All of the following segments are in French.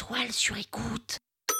toile sur écoute.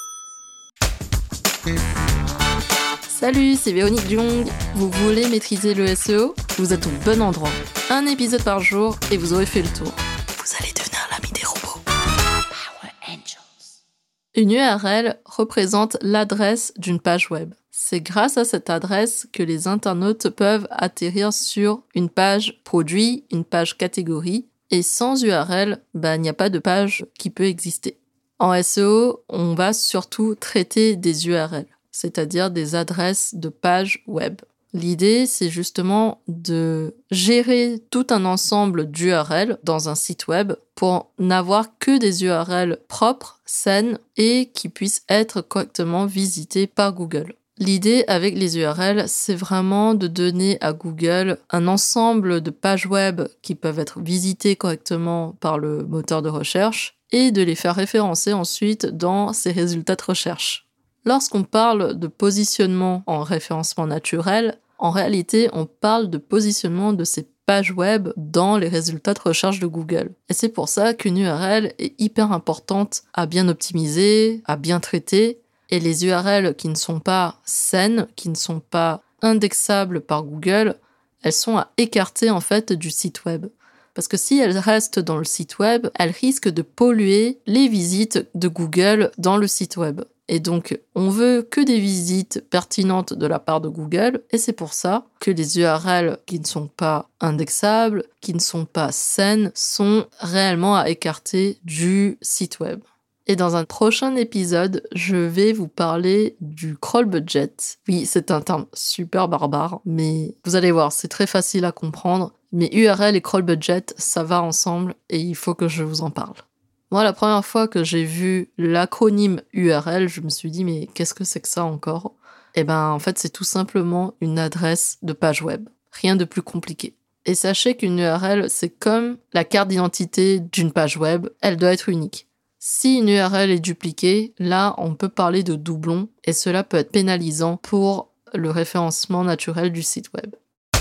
Salut, c'est Véronique Jung. Vous voulez maîtriser le SEO ? Vous êtes au bon endroit. Un épisode par jour et vous aurez fait le tour. Vous allez devenir l'ami des robots. Power Angels. Une URL représente l'adresse d'une page web. C'est grâce à cette adresse que les internautes peuvent atterrir sur une page produit, une page catégorie, et sans URL, il n'y a pas de page qui peut exister. En SEO, on va surtout traiter des URL, c'est-à-dire des adresses de pages web. L'idée, c'est justement de gérer tout un ensemble d'URL dans un site web pour n'avoir que des URL propres, saines et qui puissent être correctement visitées par Google. L'idée avec les URL, c'est vraiment de donner à Google un ensemble de pages web qui peuvent être visitées correctement par le moteur de recherche et de les faire référencer ensuite dans ses résultats de recherche. Lorsqu'on parle de positionnement en référencement naturel, en réalité, on parle de positionnement de ces pages web dans les résultats de recherche de Google. Et c'est pour ça qu'une URL est hyper importante à bien optimiser, à bien traiter. Et les URL qui ne sont pas saines, qui ne sont pas indexables par Google, elles sont à écarter en fait du site web. Parce que si elles restent dans le site web, elles risquent de polluer les visites de Google dans le site web. Et donc, on veut que des visites pertinentes de la part de Google, et c'est pour ça que les URL qui ne sont pas indexables, qui ne sont pas saines, sont réellement à écarter du site web. Et dans un prochain épisode, je vais vous parler du crawl budget. Oui, c'est un terme super barbare, mais vous allez voir, c'est très facile à comprendre. Mais URL et crawl budget, ça va ensemble et il faut que je vous en parle. Moi, la première fois que j'ai vu l'acronyme URL, je me suis dit, mais qu'est-ce que c'est que ça encore ? En fait, c'est tout simplement une adresse de page web. Rien de plus compliqué. Et sachez qu'une URL, c'est comme la carte d'identité d'une page web, elle doit être unique. Si une URL est dupliquée, là, on peut parler de doublon et cela peut être pénalisant pour le référencement naturel du site web.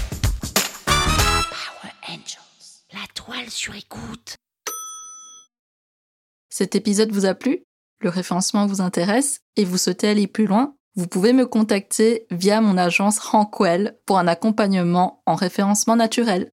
Power Angels. La toile sur écoute. Cet épisode vous a plu ? Le référencement vous intéresse et vous souhaitez aller plus loin ? Vous pouvez me contacter via mon agence Rankwell pour un accompagnement en référencement naturel.